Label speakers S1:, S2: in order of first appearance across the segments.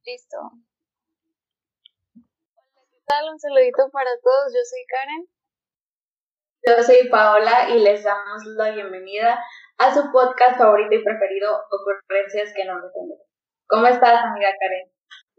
S1: Listo. Hola, ¿qué tal? Un saludito para todos. Yo soy Karen.
S2: Yo soy Paola y les damos la bienvenida a su podcast favorito y preferido, Ocurrencias que no dependen. ¿Cómo estás, amiga Karen?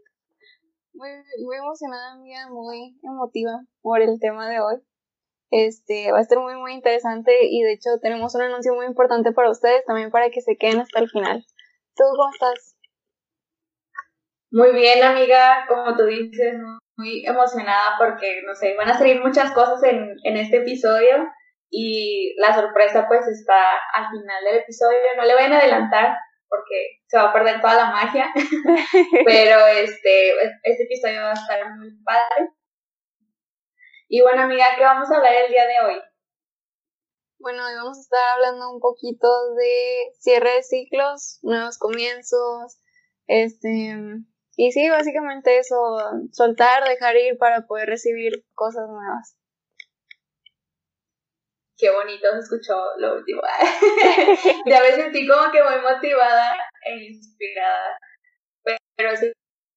S1: Muy emocionada, amiga, muy emotiva por el tema de hoy. Va a estar muy interesante y de hecho tenemos un anuncio muy importante para ustedes, también para que se queden hasta el final. ¿Tú cómo estás?
S2: Muy bien, amiga, como tú dices, muy emocionada porque, no sé, van a salir muchas cosas en este episodio y la sorpresa pues está al final del episodio. No le vayan a adelantar porque se va a perder toda la magia, pero este episodio va a estar muy padre. Y bueno, amiga, ¿qué vamos a hablar el día de hoy?
S1: Bueno, hoy vamos a estar hablando un poquito de cierre de ciclos, nuevos comienzos, y sí, básicamente eso, soltar, dejar ir para poder recibir cosas nuevas.
S2: Qué bonito se escuchó lo último. Ya me sentí como que muy motivada e inspirada. Pero sí,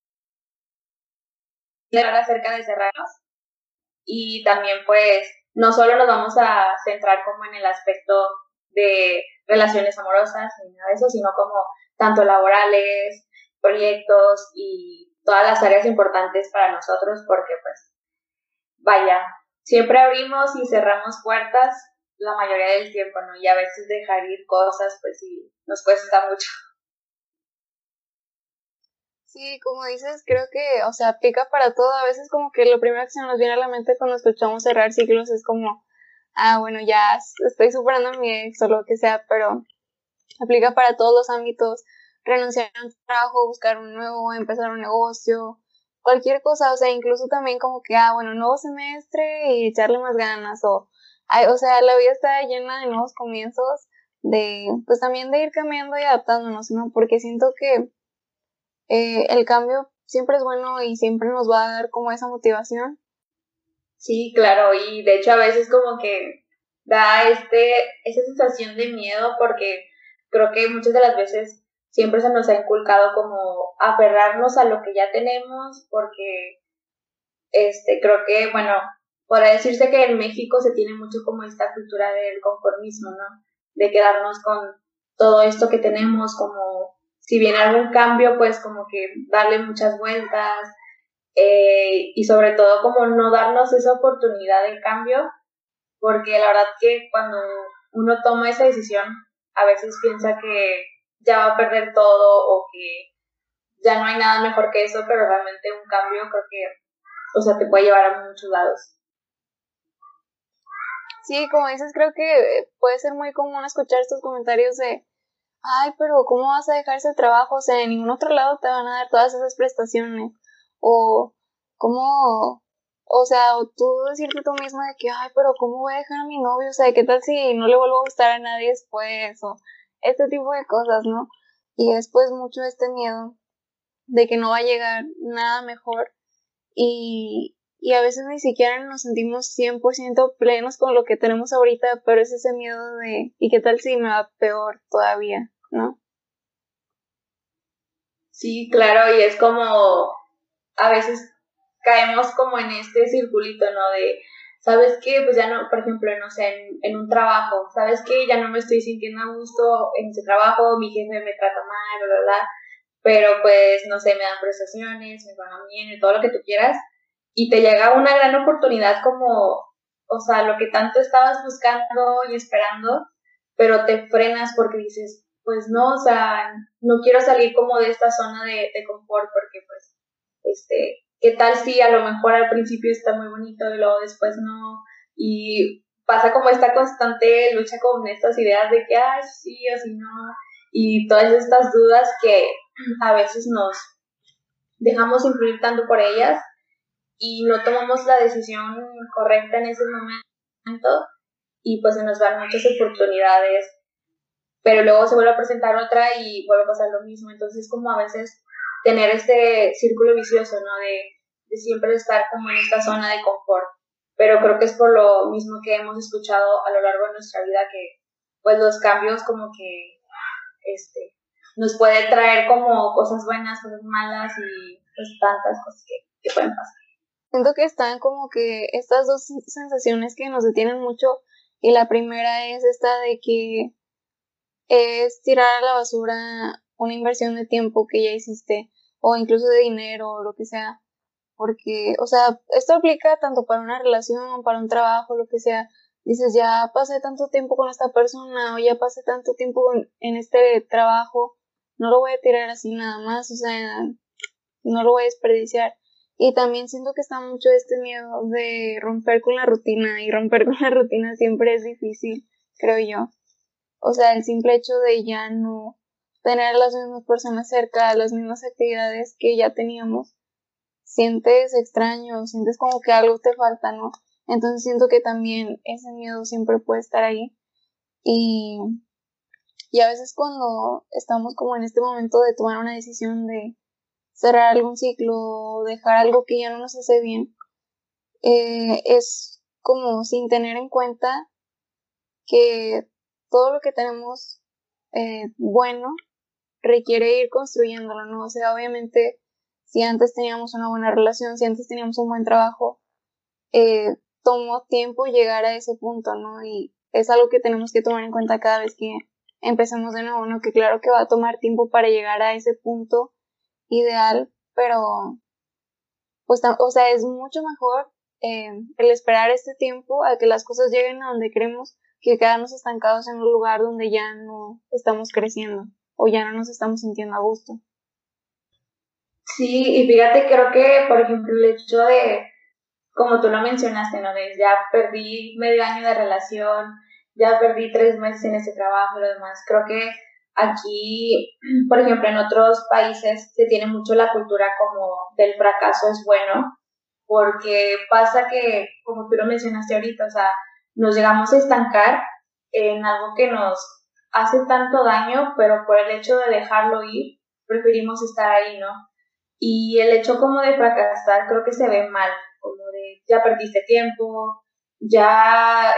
S2: hablar acerca de cerrarnos. Y también pues no solo nos vamos a centrar como en el aspecto de relaciones amorosas ni nada de eso, sino como tanto laborales, proyectos y todas las áreas importantes para nosotros, porque pues vaya, siempre abrimos y cerramos puertas la mayoría del tiempo, ¿no? Y a veces dejar ir cosas pues sí nos cuesta mucho.
S1: Sí, como dices, creo que, o sea, aplica para todo. A veces como que lo primero que se nos viene a la mente cuando escuchamos cerrar ciclos es como, bueno, ya estoy superando a mi ex o lo que sea, pero aplica para todos los ámbitos, renunciar a un trabajo, buscar un nuevo, empezar un negocio, cualquier cosa, o sea, incluso también como que, bueno, nuevo semestre y echarle más ganas, o sea, la vida está llena de nuevos comienzos, pues también de ir cambiando y adaptándonos, ¿no? Porque siento que el cambio siempre es bueno y siempre nos va a dar como esa motivación.
S2: Sí, claro, y de hecho a veces como que da esa sensación de miedo porque creo que muchas de las veces siempre se nos ha inculcado como aferrarnos a lo que ya tenemos porque creo que, bueno, podría decirse que en México se tiene mucho como esta cultura del conformismo, ¿no? De quedarnos con todo esto que tenemos, como si viene algún cambio, pues como que darle muchas vueltas, y sobre todo como no darnos esa oportunidad de cambio, porque la verdad que cuando uno toma esa decisión, a veces piensa que ya va a perder todo o que ya no hay nada mejor que eso, pero realmente un cambio creo que, o sea, te puede llevar a muchos lados.
S1: Sí, como dices, creo que puede ser muy común escuchar estos comentarios de, ay, pero ¿cómo vas a dejar ese trabajo? O sea, en ningún otro lado te van a dar todas esas prestaciones. O, ¿cómo? O sea, o tú decirte tú misma de que, ay, pero ¿cómo voy a dejar a mi novio? O sea, ¿qué tal si no le vuelvo a gustar a nadie después? O este tipo de cosas, ¿no? Y después mucho este miedo de que no va a llegar nada mejor y a veces ni siquiera nos sentimos 100% plenos con lo que tenemos ahorita, pero es ese miedo de, ¿y qué tal si me va peor todavía? ¿No?
S2: Sí, claro, y es como a veces caemos como en este circulito, ¿no? De, ¿sabes qué? Pues ya no, por ejemplo, no sé, en un trabajo, ¿sabes qué? Ya no me estoy sintiendo a gusto en ese trabajo, mi jefe me trata mal, bla, bla, bla, pero pues, no sé, me dan prestaciones, me pagan bien y todo lo que tú quieras, y te llega una gran oportunidad como, o sea, lo que tanto estabas buscando y esperando, pero te frenas porque dices, pues no, o sea, no quiero salir como de esta zona de confort porque pues, ¿qué tal si a lo mejor al principio está muy bonito y luego después no? Y pasa como esta constante lucha con estas ideas de que, ay, sí o sí no, y todas estas dudas que a veces nos dejamos influir tanto por ellas y no tomamos la decisión correcta en ese momento y pues se nos van muchas oportunidades, pero luego se vuelve a presentar otra y vuelve a pasar lo mismo. Entonces como a veces tener este círculo vicioso, ¿no? De siempre estar como en esta zona de confort. Pero creo que es por lo mismo que hemos escuchado a lo largo de nuestra vida que pues los cambios como que nos puede traer como cosas buenas, cosas malas y pues tantas cosas que pueden pasar.
S1: Siento que están como que estas dos sensaciones que nos detienen mucho, y la primera es esta de que es tirar a la basura una inversión de tiempo que ya hiciste, o incluso de dinero, o lo que sea, porque, o sea, esto aplica tanto para una relación, para un trabajo, lo que sea. Dices, ya pasé tanto tiempo con esta persona, o ya pasé tanto tiempo en este trabajo, no lo voy a tirar así nada más, o sea, no lo voy a desperdiciar. Y también siento que está mucho este miedo de romper con la rutina, y romper con la rutina siempre es difícil, creo yo. O sea, el simple hecho de ya no tener a las mismas personas cerca, las mismas actividades que ya teníamos, sientes extraño, sientes como que algo te falta, ¿no? Entonces siento que también ese miedo siempre puede estar ahí. Y, y a veces cuando estamos como en este momento de tomar una decisión de cerrar algún ciclo, dejar algo que ya no nos hace bien, es como sin tener en cuenta que todo lo que tenemos bueno requiere ir construyéndolo, ¿no? O sea, obviamente, si antes teníamos una buena relación, si antes teníamos un buen trabajo, tomó tiempo llegar a ese punto, ¿no? Y es algo que tenemos que tomar en cuenta cada vez que empecemos de nuevo, ¿no? Que claro que va a tomar tiempo para llegar a ese punto ideal, pero pues, o sea, es mucho mejor el esperar este tiempo a que las cosas lleguen a donde queremos, que quedarnos estancados en un lugar donde ya no estamos creciendo o ya no nos estamos sintiendo a gusto.
S2: Sí, y fíjate, creo que, por ejemplo, el hecho de, como tú lo mencionaste, ¿no? De ya perdí medio año de relación, ya perdí 3 meses en ese trabajo y lo demás. Creo que aquí, por ejemplo, en otros países se tiene mucho la cultura como del fracaso es bueno, porque pasa que, como tú lo mencionaste ahorita, o sea, nos llegamos a estancar en algo que nos hace tanto daño, pero por el hecho de dejarlo ir, preferimos estar ahí, ¿no? Y el hecho como de fracasar creo que se ve mal, como de ya perdiste tiempo, ya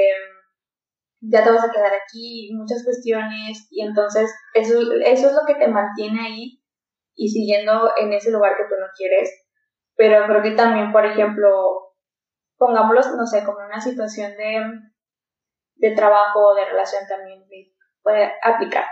S2: ya te vas a quedar aquí, muchas cuestiones, y entonces eso es lo que te mantiene ahí y siguiendo en ese lugar que tú no quieres. Pero creo que también, por ejemplo, pongámoslo, no sé, como una situación de trabajo o de relación también puede aplicar.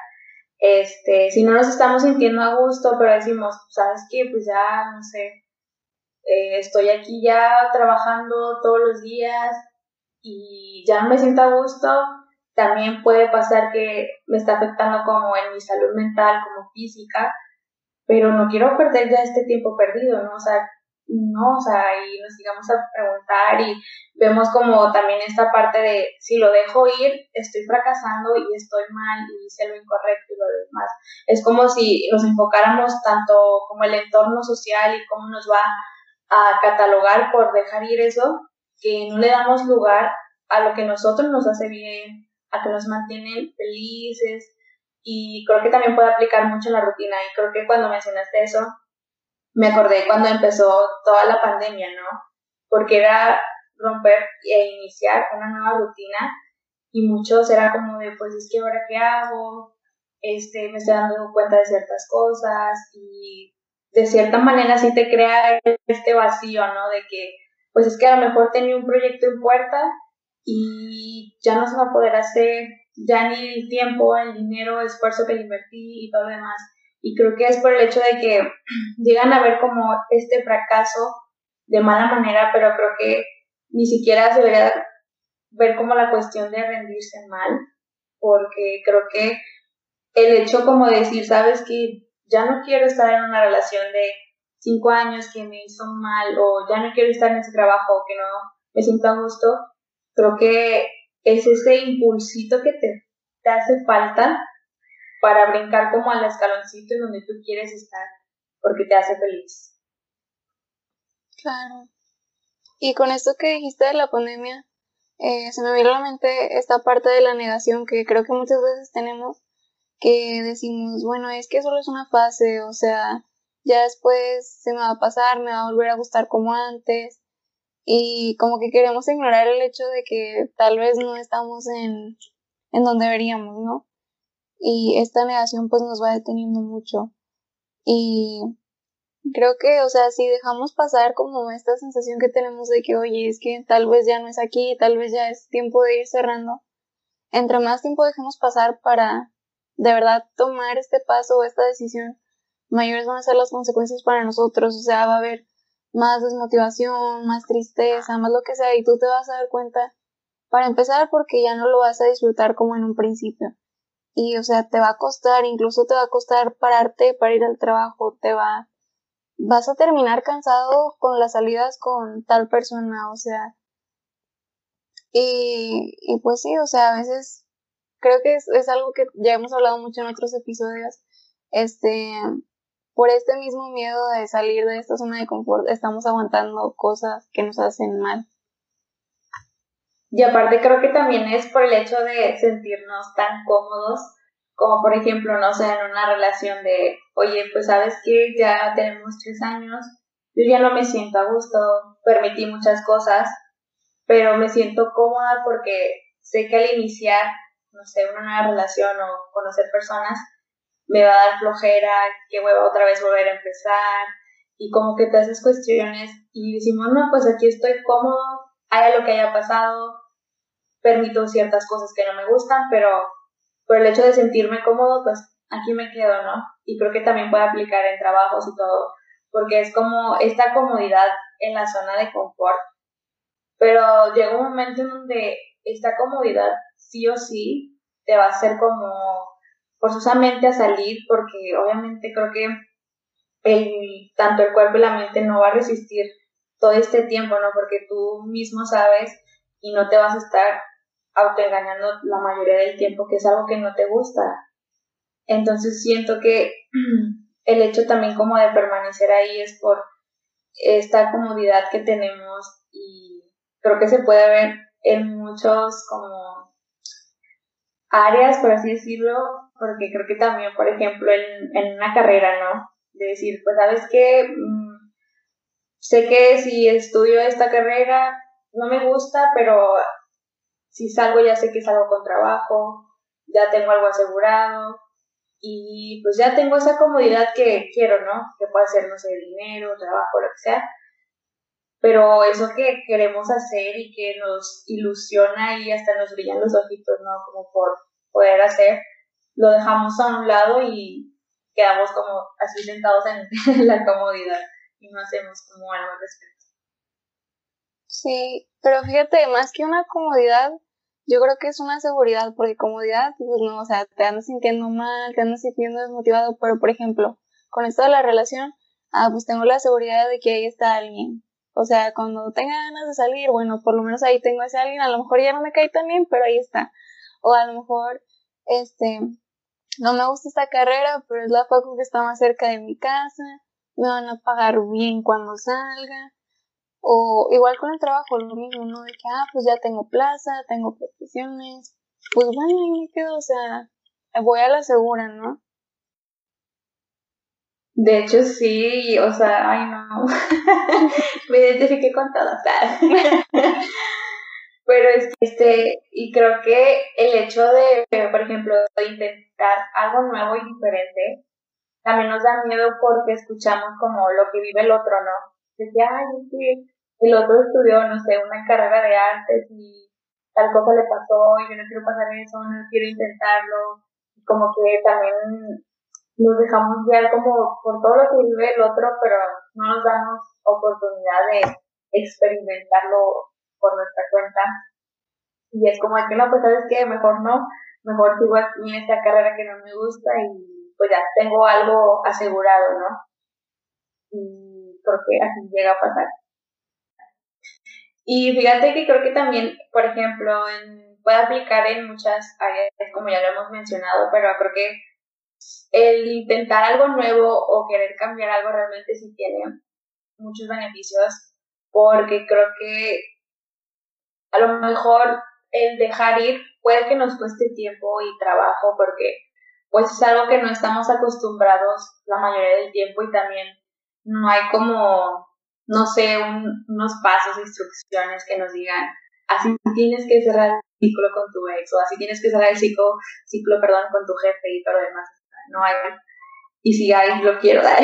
S2: Si no nos estamos sintiendo a gusto, pero decimos, ¿sabes qué? Pues ya, no sé, estoy aquí ya trabajando todos los días y ya no me siento a gusto, también puede pasar que me está afectando como en mi salud mental, como física, pero no quiero perder ya este tiempo perdido, ¿no? O sea, no, o sea, y nos sigamos a preguntar y vemos como también esta parte de si lo dejo ir, estoy fracasando y estoy mal y hice lo incorrecto y lo demás. Es como si nos enfocáramos tanto como el entorno social y cómo nos va a catalogar por dejar ir eso, que no le damos lugar a lo que nosotros nos hace bien, a que nos mantiene felices, y creo que también puede aplicar mucho en la rutina. Y creo que cuando mencionaste eso, me acordé cuando empezó toda la pandemia, ¿no? Porque era romper e iniciar una nueva rutina y muchos era como de, pues es que ahora qué hago, me estoy dando cuenta de ciertas cosas y de cierta manera sí te crea este vacío, ¿no? De que, pues es que a lo mejor tenía un proyecto en puerta y ya no se va a poder hacer, ya ni el tiempo, el dinero, el esfuerzo que le invertí y todo lo demás. Y creo que es por el hecho de que llegan a ver como este fracaso de mala manera, pero creo que ni siquiera se debería ver como la cuestión de rendirse mal, porque creo que el hecho como de decir, sabes que ya no quiero estar en una relación de 5 años que me hizo mal, o ya no quiero estar en ese trabajo que no me siento a gusto, creo que es ese impulsito que te hace falta para brincar como al escaloncito en donde tú quieres estar, porque te hace feliz.
S1: Claro. Y con esto que dijiste de la pandemia, se me vino a la mente esta parte de la negación que creo que muchas veces tenemos, que decimos, bueno, es que solo es una fase, o sea, ya después se me va a pasar, me va a volver a gustar como antes, y como que queremos ignorar el hecho de que tal vez no estamos en donde deberíamos, ¿no? y esta negación pues nos va deteniendo mucho. Y creo que, o sea, si dejamos pasar como esta sensación que tenemos de que, oye, es que tal vez ya no es aquí, tal vez ya es tiempo de ir cerrando, entre más tiempo dejemos pasar para de verdad tomar este paso o esta decisión, mayores van a ser las consecuencias para nosotros, o sea, va a haber más desmotivación, más tristeza, más lo que sea, y tú te vas a dar cuenta, para empezar, porque ya no lo vas a disfrutar como en un principio. Y, o sea, te va a costar, incluso te va a costar pararte para ir al trabajo, vas a terminar cansado con las salidas con tal persona, o sea, y pues sí, o sea, a veces creo que es algo que ya hemos hablado mucho en otros episodios, este, por este mismo miedo de salir de esta zona de confort, estamos aguantando cosas que nos hacen mal.
S2: Y aparte creo que también es por el hecho de sentirnos tan cómodos, como por ejemplo, no sé, en una relación de, oye, pues sabes que ya tenemos 3 años, yo ya no me siento a gusto, permití muchas cosas, pero me siento cómoda porque sé que al iniciar, no sé, una nueva relación o conocer personas, me va a dar flojera, que hueva otra vez volver a empezar, y como que te haces cuestiones y decimos, no, pues aquí estoy cómodo, haya lo que haya pasado, permito ciertas cosas que no me gustan, pero por el hecho de sentirme cómodo, pues aquí me quedo, ¿no? Y creo que también puede aplicar en trabajos y todo, porque es como esta comodidad en la zona de confort, pero llega un momento en donde esta comodidad sí o sí te va a hacer como forzosamente a salir, porque obviamente creo que tanto el cuerpo y la mente no va a resistir todo este tiempo, ¿no? Porque tú mismo sabes y no te vas a estar autoengañando la mayoría del tiempo, que es algo que no te gusta. Entonces siento que el hecho también como de permanecer ahí es por esta comodidad que tenemos, y creo que se puede ver en muchos como áreas, por así decirlo, porque creo que también, por ejemplo, en una carrera, ¿no? De decir, pues sabes qué, sé que si estudio esta carrera no me gusta, pero si salgo ya sé que salgo con trabajo, ya tengo algo asegurado y pues ya tengo esa comodidad que quiero, ¿no? Que puede ser, no sé, dinero, trabajo, lo que sea, pero eso que queremos hacer y que nos ilusiona y hasta nos brillan los ojitos, ¿no? Como por poder hacer, lo dejamos a un lado y quedamos como así sentados en la comodidad y no hacemos como algo al respecto.
S1: Sí, pero fíjate, más que una comodidad, yo creo que es una seguridad, porque comodidad, pues no, o sea, te andas sintiendo mal, te andas sintiendo desmotivado, pero por ejemplo, con esto de la relación, pues tengo la seguridad de que ahí está alguien. O sea, cuando tenga ganas de salir, bueno, por lo menos ahí tengo a ese alguien, a lo mejor ya no me cae tan bien, pero ahí está. O a lo mejor, este, no me gusta esta carrera, pero es la facu que está más cerca de mi casa, me van a pagar bien cuando salga. O igual con el trabajo, lo mismo, ¿no? De que, pues ya tengo plaza, tengo prestaciones, pues bueno, ahí me quedo, o sea, voy a la segura, ¿no?
S2: De hecho, sí, o sea, ay no, me identifiqué con todas. Pero y creo que el hecho de, por ejemplo, de intentar algo nuevo y diferente, también nos da miedo porque escuchamos como lo que vive el otro, ¿no? De que, ay, es que el otro estudió, no sé, una carrera de artes y tal cosa le pasó y yo no quiero pasar eso, no quiero intentarlo. Como que también nos dejamos guiar como por todo lo que vive el otro, pero no nos damos oportunidad de experimentarlo por nuestra cuenta. Y es como que no, pues sabes qué, mejor no, mejor sigo aquí en esta carrera que no me gusta y pues ya tengo algo asegurado, ¿no? Y porque así llega a pasar. Y fíjate que creo que también, por ejemplo, puede aplicar en muchas áreas, como ya lo hemos mencionado, pero creo que el intentar algo nuevo o querer cambiar algo realmente sí tiene muchos beneficios, porque creo que a lo mejor el dejar ir puede que nos cueste tiempo y trabajo, porque pues es algo que no estamos acostumbrados la mayoría del tiempo y también no hay como, no sé, unos pasos, instrucciones que nos digan, así tienes que cerrar ciclo con tu ex, o así tienes que cerrar el ciclo, perdón, con tu jefe y todo lo demás. No hay. Y si hay, lo quiero dar.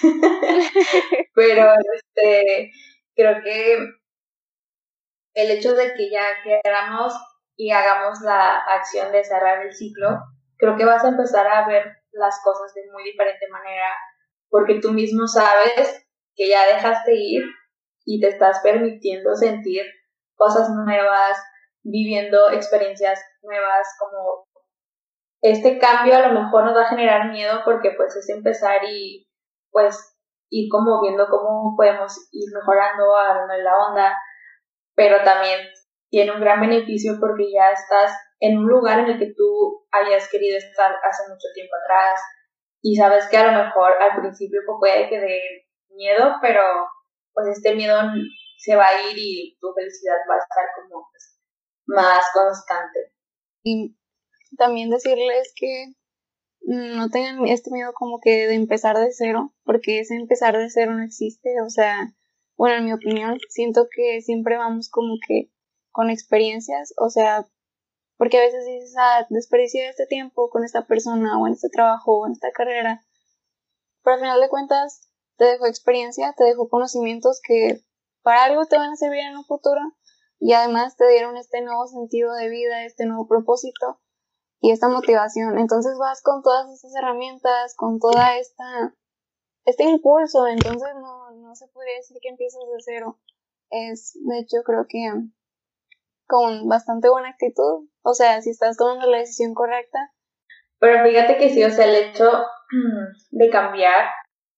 S2: Pero creo que el hecho de que ya queramos y hagamos la acción de cerrar el ciclo, creo que vas a empezar a ver las cosas de muy diferente manera, porque tú mismo sabes que ya dejaste ir y te estás permitiendo sentir cosas nuevas, viviendo experiencias nuevas, como este cambio a lo mejor nos va a generar miedo porque pues es empezar y pues ir como viendo cómo podemos ir mejorando, agarrando la onda, pero también tiene un gran beneficio porque ya estás en un lugar en el que tú habías querido estar hace mucho tiempo atrás y sabes que a lo mejor al principio pues, puede que dé miedo, pero pues este miedo se va a ir y tu felicidad va a estar como pues, más constante.
S1: Y también decirles que no tengan este miedo como que de empezar de cero, porque ese empezar de cero no existe, o sea, bueno, en mi opinión, siento que siempre vamos como que con experiencias, o sea, porque a veces dices, desperdicié este tiempo con esta persona, o en este trabajo, o en esta carrera, pero al final de cuentas te dejó experiencia, te dejó conocimientos que para algo te van a servir en un futuro, y además te dieron este nuevo sentido de vida, este nuevo propósito, y esta motivación. Entonces vas con todas estas herramientas, con toda este impulso, entonces no se podría decir que empiezas de cero. De hecho, creo que con bastante buena actitud, o sea, si estás tomando la decisión correcta.
S2: Pero fíjate que sí, o sea, el hecho de cambiar,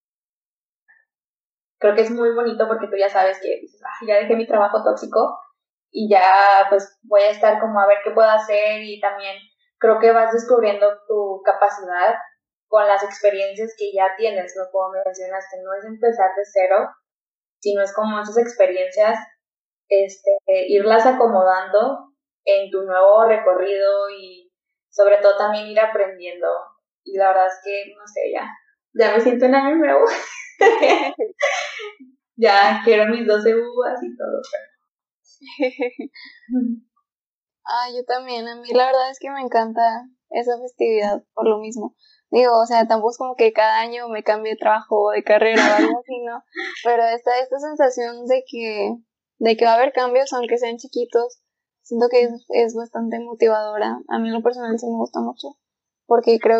S2: creo que es muy bonito porque tú ya sabes que dices, ya dejé mi trabajo tóxico y ya pues voy a estar como a ver qué puedo hacer, y también creo que vas descubriendo tu capacidad con las experiencias que ya tienes, ¿no? Como mencionaste, no es empezar de cero, sino es como esas experiencias, irlas acomodando en tu nuevo recorrido y sobre todo también ir aprendiendo. Y la verdad es que, no sé, ya me siento en año nuevo. Ya quiero mis 12 uvas y todo.
S1: Yo también, a mí la verdad es que me encanta esa festividad por lo mismo. Digo, o sea, tampoco es como que cada año me cambie de trabajo o de carrera o algo así, ¿no? Pero esta sensación de que va a haber cambios, aunque sean chiquitos, siento que es bastante motivadora. A mí en lo personal sí me gusta mucho, porque creo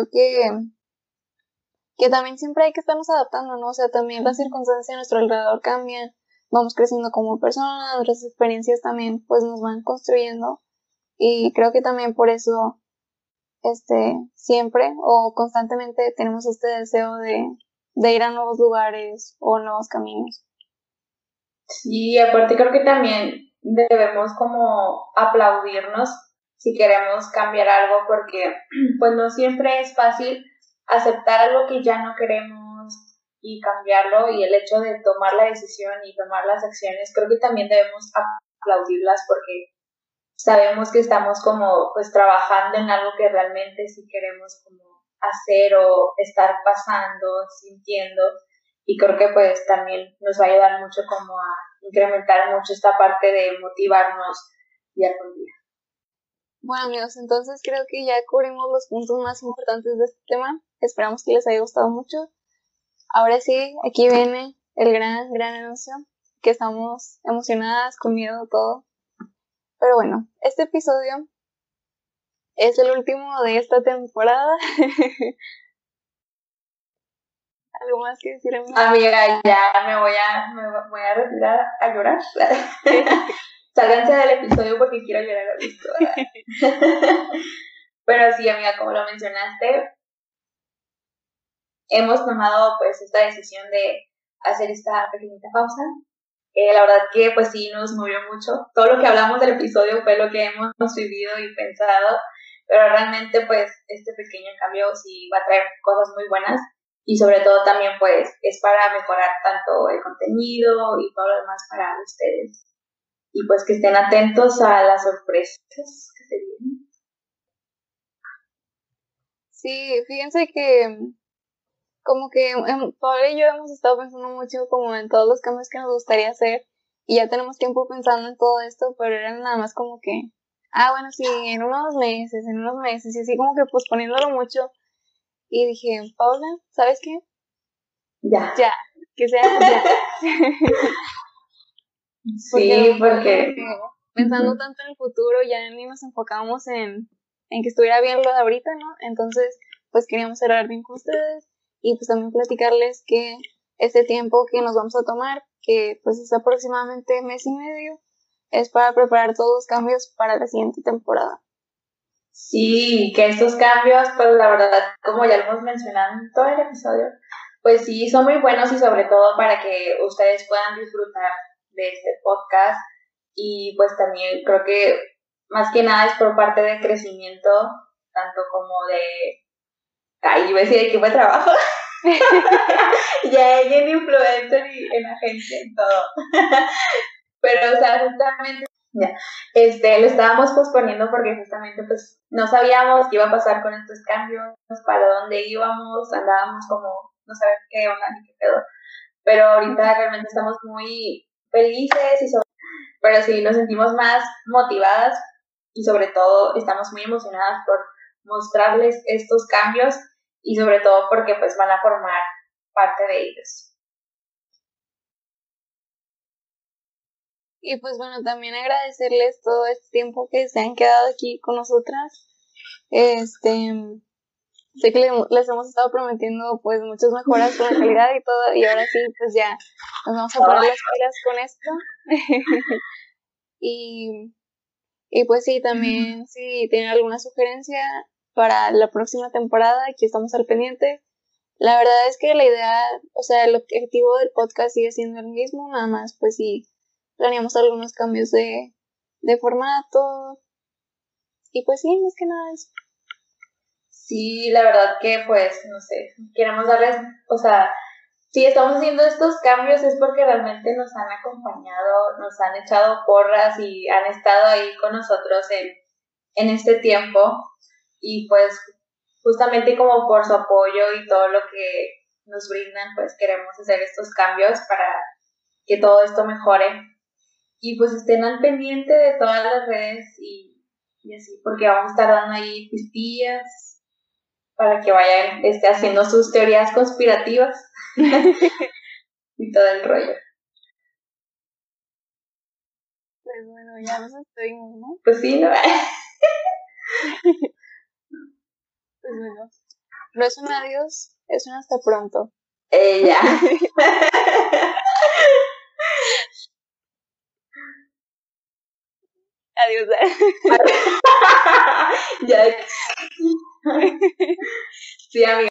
S1: que también siempre hay que estarnos adaptando, ¿no? O sea, también las circunstancias a nuestro alrededor cambian, vamos creciendo como personas, nuestras experiencias también pues nos van construyendo, y creo que también por eso siempre o constantemente tenemos este deseo de ir a nuevos lugares o nuevos caminos.
S2: Sí, aparte creo que también debemos como aplaudirnos si queremos cambiar algo, porque pues no siempre es fácil aceptar algo que ya no queremos y cambiarlo, y el hecho de tomar la decisión y tomar las acciones, creo que también debemos aplaudirlas porque sabemos que estamos como pues trabajando en algo que realmente sí queremos como hacer o estar pasando, sintiendo, y creo que pues también nos va a ayudar mucho como a incrementar mucho esta parte de motivarnos día con día.
S1: Bueno, amigos, entonces creo que ya cubrimos los puntos más importantes de este tema. Esperamos que les haya gustado mucho. Ahora sí, aquí viene el gran anuncio, que estamos emocionadas, con miedo, todo. Pero bueno, este episodio es el último de esta temporada. ¿Algo más que decir, amiga?
S2: Amiga, ya me voy a retirar a llorar. Sálganse del episodio porque quiero llorar ahorita. Pero sí, amiga, como lo mencionaste, hemos tomado pues esta decisión de hacer esta pequeñita pausa. La verdad que pues sí nos movió mucho. Todo lo que hablamos del episodio fue lo que hemos vivido y pensado, pero realmente pues este pequeño cambio sí va a traer cosas muy buenas, y sobre todo también pues es para mejorar tanto el contenido y todo lo demás para ustedes. Y pues que estén atentos a las sorpresas que se vienen.
S1: Sí, fíjense que como que Paola y yo hemos estado pensando mucho como en todos los cambios que nos gustaría hacer, y ya tenemos tiempo pensando en todo esto, pero era nada más como que bueno, sí, en unos meses, y así como que posponiéndolo mucho. Y dije, Paula, ¿sabes qué?
S2: Ya.
S1: Ya, que sea ya.
S2: Sí, porque
S1: pensando tanto en el futuro, ya ni nos enfocábamos en que estuviera bien lo de ahorita, ¿no? Entonces, pues queríamos cerrar bien con ustedes y pues también platicarles que este tiempo que nos vamos a tomar, que pues es aproximadamente mes y medio, es para preparar todos los cambios para la siguiente temporada.
S2: Sí, que estos cambios, pues la verdad, como ya lo hemos mencionado en todo el episodio, pues sí, son muy buenos y sobre todo para que ustedes puedan disfrutar de este podcast y pues también creo que más que nada es por parte de crecimiento, tanto como de, iba a decir equipo de trabajo, ya en influencer y en agencia y todo, pero o sea, justamente ya, lo estábamos posponiendo porque justamente pues no sabíamos qué iba a pasar con estos cambios, para dónde íbamos, andábamos como no saber qué onda ni qué pedo, pero ahorita realmente estamos muy felices pero sí nos sentimos más motivadas y sobre todo estamos muy emocionadas por mostrarles estos cambios y sobre todo porque pues van a formar parte de ellos.
S1: Y pues bueno, también agradecerles todo este tiempo que se han quedado aquí con nosotras. Sé que les hemos estado prometiendo pues muchas mejoras con la calidad y todo, y ahora sí, pues ya nos vamos a poner las pilas con esto. y pues sí, también si tienen alguna sugerencia para la próxima temporada, aquí estamos al pendiente. La verdad es que la idea, o sea, el objetivo del podcast sigue siendo el mismo, nada más pues sí planeamos algunos cambios de formato y pues sí, más que nada eso.
S2: Sí, la verdad que pues, no sé, queremos darles, o sea, si estamos haciendo estos cambios es porque realmente nos han acompañado, nos han echado porras y han estado ahí con nosotros en este tiempo y pues justamente como por su apoyo y todo lo que nos brindan, pues queremos hacer estos cambios para que todo esto mejore y pues estén al pendiente de todas las redes y así, porque vamos a estar dando ahí pistillas para que vayan haciendo sus teorías conspirativas y todo el rollo.
S1: Pues bueno, ya nos despedimos, ¿no?
S2: Pues sí, ¿no?
S1: Pues bueno, no es un adiós, es un hasta pronto.
S2: Ya.
S1: Adiós.
S2: Ya. Sí, amiga.